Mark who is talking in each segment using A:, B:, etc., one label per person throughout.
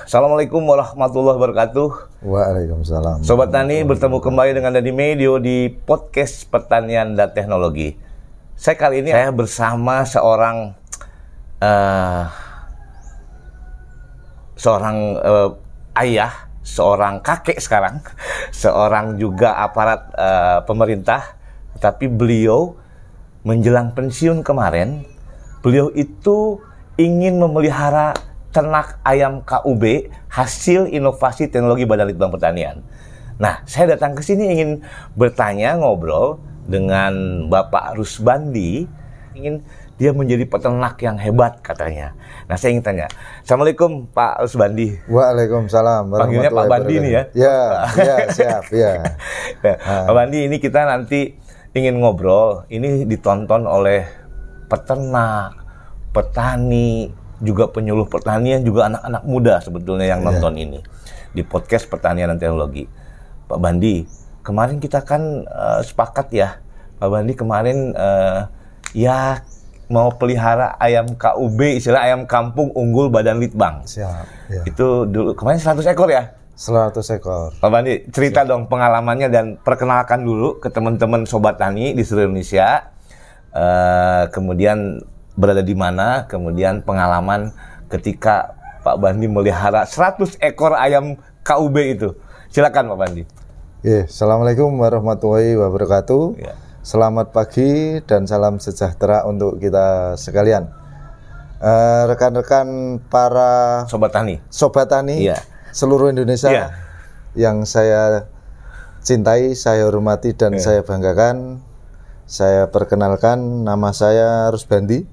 A: Assalamualaikum warahmatullahi wabarakatuh.
B: Waalaikumsalam.
A: Sobat Tani, bertemu kembali dengan Dadi Medio di podcast Pertanian dan Teknologi. Kali ini saya bersama seorang ayah, seorang kakek sekarang, seorang juga aparat pemerintah. Tapi beliau menjelang pensiun kemarin, beliau itu ingin memelihara ternak ayam KUB hasil inovasi teknologi Badan Litbang Pertanian. Nah, saya datang ke sini ingin bertanya, ngobrol dengan Bapak Rusbandi. Ingin dia menjadi peternak yang hebat katanya. Nah, saya ingin tanya, Assalamualaikum Pak Rusbandi.
B: Waalaikumsalam.
A: Panggilnya Pak Bandi nih ya?
B: Ya, siap, ya.
A: Pak Bandi, ini kita nanti ingin ngobrol. Ini ditonton oleh peternak, petani, juga penyuluh pertanian, juga anak-anak muda sebetulnya yang nonton ini di podcast Pertanian dan Teknologi. Pak Bandi, kemarin kita kan sepakat ya, Pak Bandi kemarin ya mau pelihara ayam KUB, istilah ayam kampung unggul Badan Litbang.
B: Siap. Ya.
A: Itu dulu kemarin 100 ekor ya?
B: 100 ekor.
A: Pak Bandi, cerita dong pengalamannya dan perkenalkan dulu ke teman-teman Sobat Tani di seluruh Indonesia. Kemudian berada di mana, kemudian pengalaman ketika Pak Bandi melihara 100 ekor ayam KUB itu. Silakan Pak Bandi.
B: Assalamualaikum warahmatullahi wabarakatuh.
A: Ya.
B: Selamat pagi dan salam sejahtera untuk kita sekalian. Rekan-rekan para
A: Sobat Tani. Ya.
B: Seluruh Indonesia yang saya cintai, saya hormati dan saya banggakan. Saya perkenalkan, nama saya Rusbandi.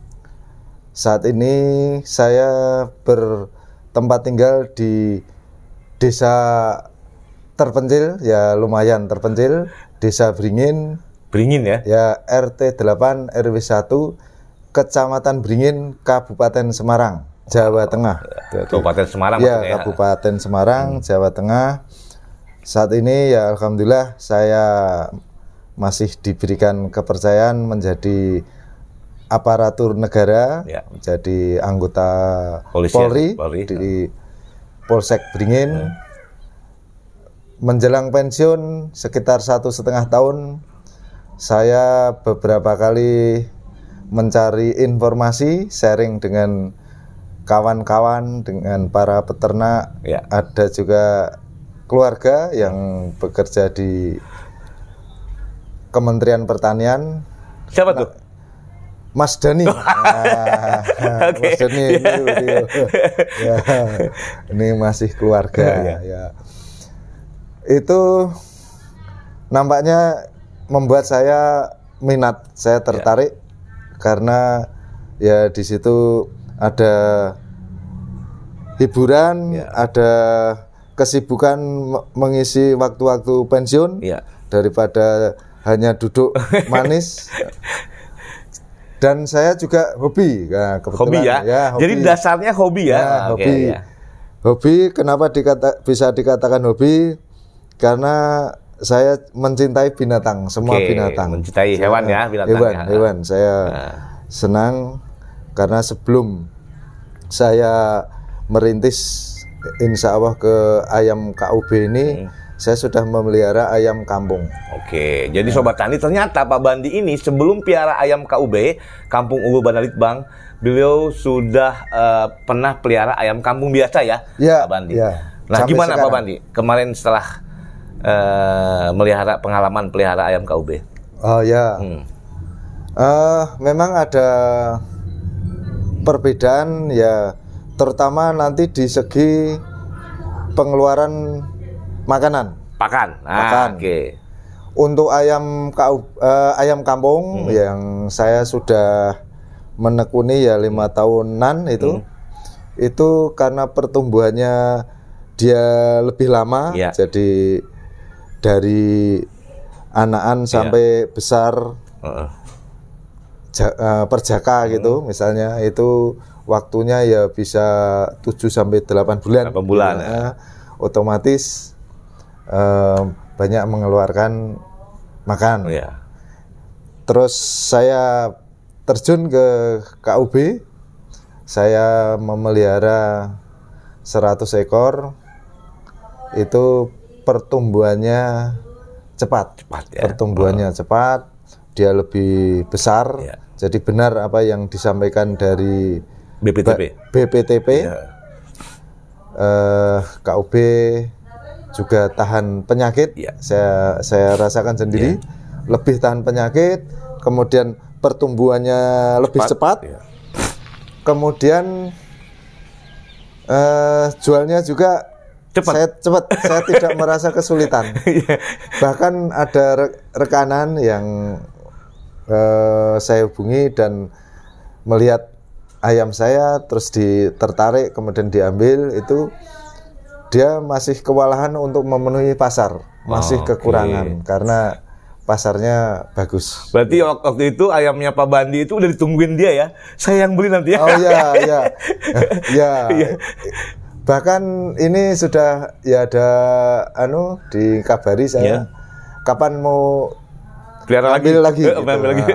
B: Saat ini saya bertempat tinggal di desa terpencil, ya lumayan terpencil, Desa Bringin.
A: Beringin ya?
B: Ya, RT 8 RW 1, Kecamatan Beringin, Kabupaten Semarang, Jawa Tengah.
A: Kabupaten Semarang
B: ya,
A: maksudnya.
B: Kabupaten Semarang, Jawa Tengah. Saat ini ya alhamdulillah saya masih diberikan kepercayaan menjadi aparatur negara, menjadi anggota Polri di Polsek Beringin. Menjelang pensiun sekitar 1,5 tahun, saya beberapa kali mencari informasi, sharing dengan kawan-kawan, dengan para peternak. Ada juga keluarga yang bekerja di Kementerian Pertanian.
A: Siapa tuh?
B: Mas Dani. Mas Dani ini masih keluarga. Itu nampaknya membuat saya minat, saya tertarik karena ya di situ ada hiburan, ada kesibukan mengisi waktu-waktu pensiun daripada hanya duduk manis. Dan saya juga hobi. Nah,
A: hobi ya? Hobi. Jadi dasarnya hobi ya?
B: Hobi. Hobi, kenapa bisa dikatakan hobi? Karena saya mencintai binatang, semua binatang.
A: Mencintai hewan ya, binatang.
B: Hewan. Saya senang karena sebelum saya merintis insya Allah ke ayam KUB ini, saya sudah memelihara ayam kampung.
A: Jadi Sobat Tani, ternyata Pak Bandi ini sebelum piara ayam KUB, Kampung Unggul Badan Litbang, beliau sudah pernah pelihara ayam kampung biasa ya, Pak Bandi. Nah, sampai gimana sekarang. Pak Bandi kemarin setelah melihara, pengalaman pelihara ayam KUB?
B: Memang ada perbedaan ya, terutama nanti di segi pengeluaran makanan. Pakan. Untuk ayam kampung yang saya sudah menekuni ya 5 tahunan itu karena pertumbuhannya dia lebih lama, jadi dari anakan sampai besar perjaka gitu misalnya, itu waktunya ya bisa 7 sampai 8 bulan.
A: 8 bulan.
B: Otomatis banyak mengeluarkan makan. Terus saya terjun ke KUB, saya memelihara 100 ekor itu pertumbuhannya cepat.
A: Ya.
B: Pertumbuhannya cepat, dia lebih besar.
A: Ya.
B: Jadi benar apa yang disampaikan dari BPTP.
A: Ya.
B: KUB juga tahan penyakit.
A: Ya.
B: Saya rasakan sendiri, lebih tahan penyakit, kemudian pertumbuhannya lebih cepat.
A: Ya.
B: Kemudian jualnya juga cepat. Saya tidak merasa kesulitan. Bahkan ada rekanan yang saya hubungi dan melihat ayam saya terus tertarik kemudian diambil, itu dia masih kewalahan untuk memenuhi pasar, masih kekurangan karena pasarnya bagus.
A: Berarti waktu itu ayamnya Pak Bandi itu udah ditungguin dia ya. Saya yang beli nanti ya.
B: Oh iya. Bahkan ini sudah ya ada dikabari saya kapan mau ambil lagi. Gitu.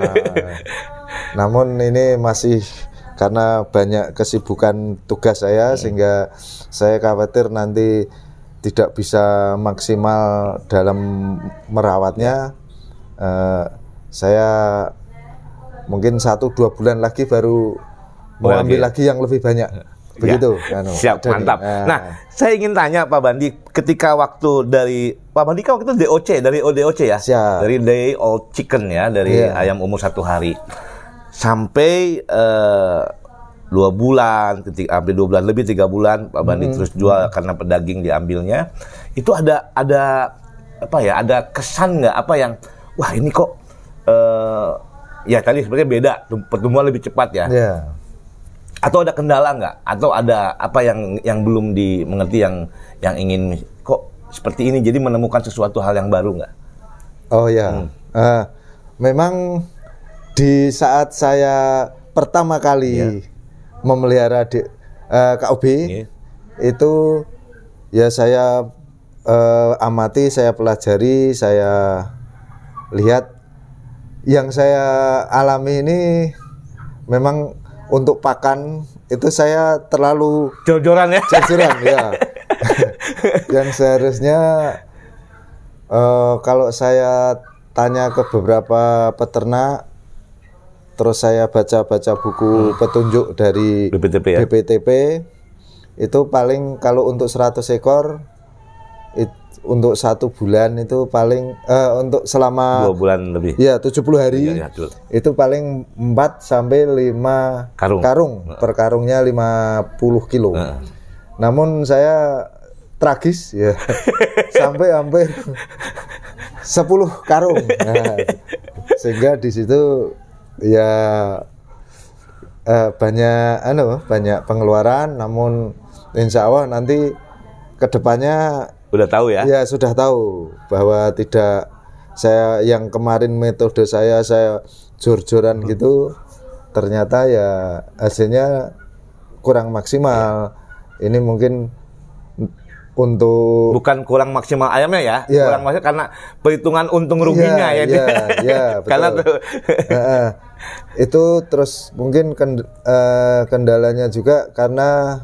B: Namun ini masih karena banyak kesibukan tugas saya sehingga saya khawatir nanti tidak bisa maksimal dalam merawatnya. Saya mungkin 1-2 bulan lagi baru mau ambil lagi yang lebih banyak. Begitu.
A: Siap, mantap. Nah, saya ingin tanya Pak Bandi, ketika waktu dari Pak Bandi kan waktu itu dari ODOC ya?
B: Siap.
A: Dari Day Old Chicken ya, dari ayam umur 1 hari. Sampai 2 bulan, hampir 2 bulan lebih, 3 bulan Pak Bandi terus jual karena pedaging diambilnya. Itu ada apa ya? Ada kesan nggak apa yang wah ini kok ya tadi sebenarnya beda, pertumbuhan lebih cepat ya. Atau ada kendala nggak? Atau ada apa yang belum dimengerti yang ingin kok seperti ini, jadi menemukan sesuatu hal yang baru nggak?
B: Oh ya, memang di saat saya pertama kali memelihara KUB itu ya saya amati, saya pelajari, saya lihat yang saya alami ini memang untuk pakan itu saya terlalu
A: jor-joran ya.
B: Yang seharusnya kalau saya tanya ke beberapa peternak, terus saya baca-baca buku petunjuk dari BPTP, itu paling kalau untuk 100 ekor untuk 1 bulan itu paling untuk selama
A: 2 bulan lebih.
B: Ya, 70 hari. Itu paling 4 sampai 5 karung. Per karungnya 50 kilo. Namun saya tragis ya. Sampai hampir 10 karung. Nah, sehingga di situ ya banyak pengeluaran, namun insya Allah nanti kedepannya
A: udah tahu ya?
B: Ya sudah tahu bahwa tidak saya yang kemarin metode saya jor-joran gitu, ternyata ya hasilnya kurang maksimal. Ini mungkin untuk
A: bukan kurang maksimal ayamnya ya, kurang maksimal karena perhitungan untung ruginya
B: betul.
A: Karena
B: itu terus mungkin kendalanya juga karena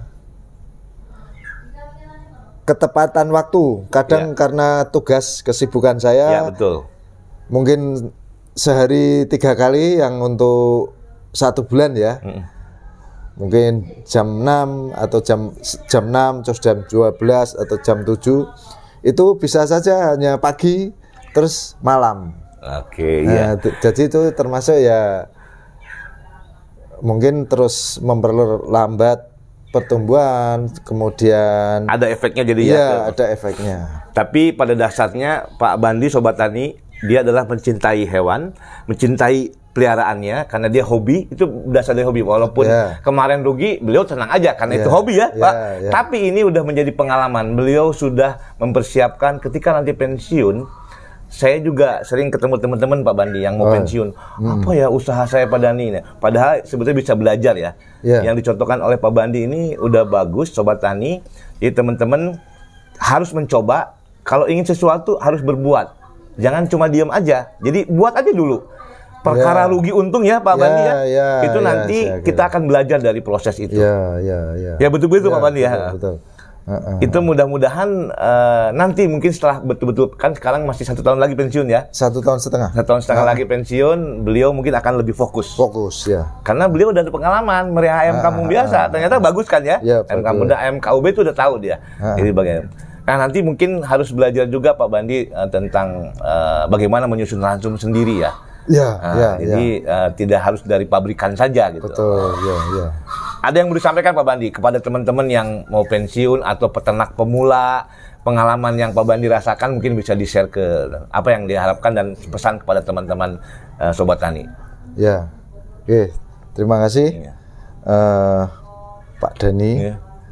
B: ketepatan waktu. Kadang karena tugas kesibukan saya,
A: betul.
B: Mungkin sehari 3 kali yang untuk 1 bulan ya. Mungkin jam 6 atau jam 6 terus jam 12 atau jam 7. Itu bisa saja hanya pagi terus malam. Jadi itu termasuk ya mungkin terus memperlambat pertumbuhan, kemudian
A: ada efeknya jadi
B: ada efeknya.
A: Tapi pada dasarnya Pak Bandi Sobat Tani, dia adalah mencintai hewan, mencintai peliharaannya karena dia hobi, itu dasar dari hobi. Walaupun kemarin rugi, beliau tenang aja karena itu hobi ya, Pak. Tapi ini udah menjadi pengalaman. Beliau sudah mempersiapkan ketika nanti pensiun. Saya juga sering ketemu teman-teman Pak Bandi yang mau pensiun. Apa ya usaha saya Pak Dani ini? Padahal sebetulnya bisa belajar ya. Yang dicontohkan oleh Pak Bandi ini udah bagus, Sobat Tani. Jadi teman-teman harus mencoba. Kalau ingin sesuatu harus berbuat. Jangan cuma diam aja. Jadi buat aja dulu. Perkara rugi untung ya Pak Bandi ya. Itu nanti kita akan belajar dari proses itu. Ya betul-betul Pak Bandi ya.
B: Betul.
A: Itu mudah-mudahan nanti mungkin setelah betul-betul, kan sekarang masih 1 tahun lagi pensiun ya.
B: 1,5 tahun.
A: 1,5 tahun lagi pensiun, beliau mungkin akan lebih fokus.
B: Fokus ya.
A: Karena beliau udah ada pengalaman melihara ayam kampung biasa, ternyata bagus kan ya. Ayam kampung, ayam KUB itu udah tahu dia. Jadi bagaimana. Nah nanti mungkin harus belajar juga Pak Bandi tentang bagaimana menyusun ransum sendiri ya. Jadi tidak harus dari pabrikan saja gitu.
B: Betul, ya.
A: Ada yang mau disampaikan Pak Bandi kepada teman-teman yang mau pensiun atau peternak pemula, pengalaman yang Pak Bandi rasakan mungkin bisa di-share ke apa yang diharapkan dan pesan kepada teman-teman Sobat Tani.
B: Ya, oke, terima kasih Pak Dhani.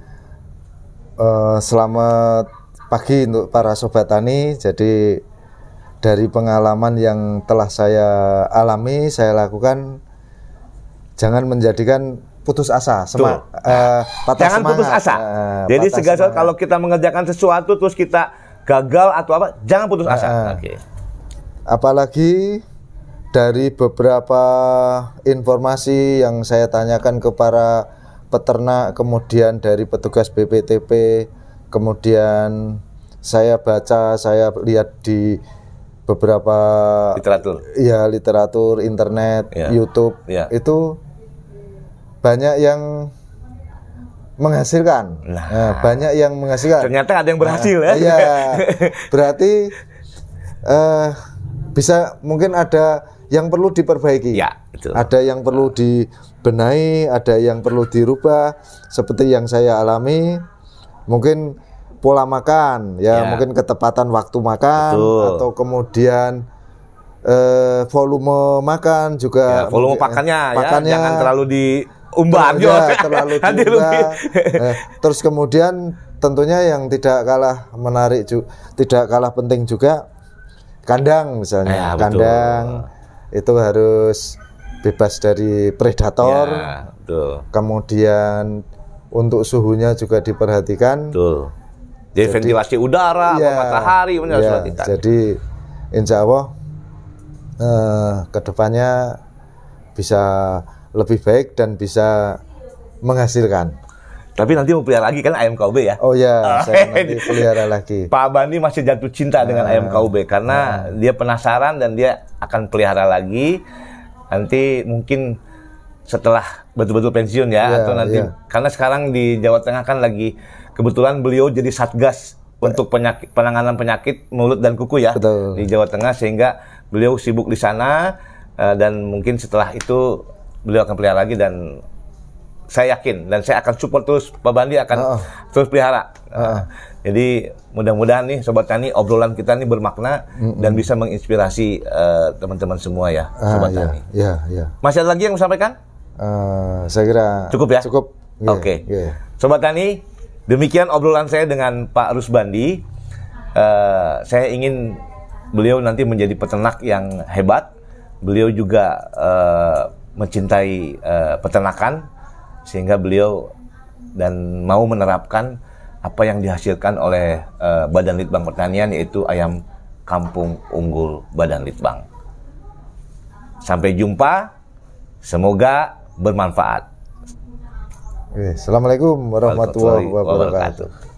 B: Selamat pagi untuk para Sobat Tani. Jadi dari pengalaman yang telah saya alami, saya lakukan, jangan menjadikan putus asa, patah
A: jangan
B: semangat.
A: Putus asa. Jadi segala kalau kita mengerjakan sesuatu terus kita gagal atau apa, jangan putus asa.
B: Apalagi dari beberapa informasi yang saya tanyakan ke para peternak, kemudian dari petugas BPTP, kemudian saya baca, saya lihat di beberapa literatur internet, YouTube, itu banyak yang menghasilkan. Banyak yang menghasilkan.
A: Ternyata ada yang berhasil ya.
B: Iya. Berarti bisa mungkin ada yang perlu diperbaiki.
A: Ya, betul.
B: Ada yang perlu dibenahi, ada yang perlu dirubah seperti yang saya alami. Mungkin pola makan mungkin ketepatan waktu makan, atau kemudian volume makan juga,
A: volume pakannya jangan terlalu diumbar
B: terlalu diumbar. Terus kemudian tentunya yang tidak kalah menarik tidak kalah penting juga kandang misalnya. Kandang itu harus bebas dari predator. Kemudian untuk suhunya juga diperhatikan.
A: Jadi ventilasi udara, matahari harus diperhatikan.
B: Jadi insya Allah kedepannya bisa lebih baik dan bisa menghasilkan.
A: Tapi nanti mau pelihara lagi kan ayam KUB ya?
B: Oh ya, saya nanti pelihara lagi.
A: Pak Bandi masih jatuh cinta dengan ayam KUB karena dia penasaran dan dia akan pelihara lagi. Nanti mungkin setelah betul-betul pensiun atau nanti karena sekarang di Jawa Tengah kan lagi kebetulan beliau jadi satgas untuk penanganan penyakit mulut dan kuku di Jawa Tengah, sehingga beliau sibuk di sana dan mungkin setelah itu beliau akan pelihara lagi dan saya yakin dan saya akan support terus Pak Bandi akan terus pelihara. Jadi mudah-mudahan nih Sobat Tani obrolan kita nih bermakna dan bisa menginspirasi teman-teman semua ya Sobat Tani. Masih ada lagi yang mau sampaikan?
B: Saya kira
A: cukup ya.
B: Cukup.
A: Oke. Sobat Tani, demikian obrolan saya dengan Pak Rusbandi. Saya ingin beliau nanti menjadi peternak yang hebat. Beliau juga mencintai peternakan sehingga beliau dan mau menerapkan apa yang dihasilkan oleh Badan Litbang Pertanian, yaitu ayam kampung unggul Badan Litbang. Sampai jumpa, semoga bermanfaat.
B: Assalamualaikum warahmatullahi wabarakatuh.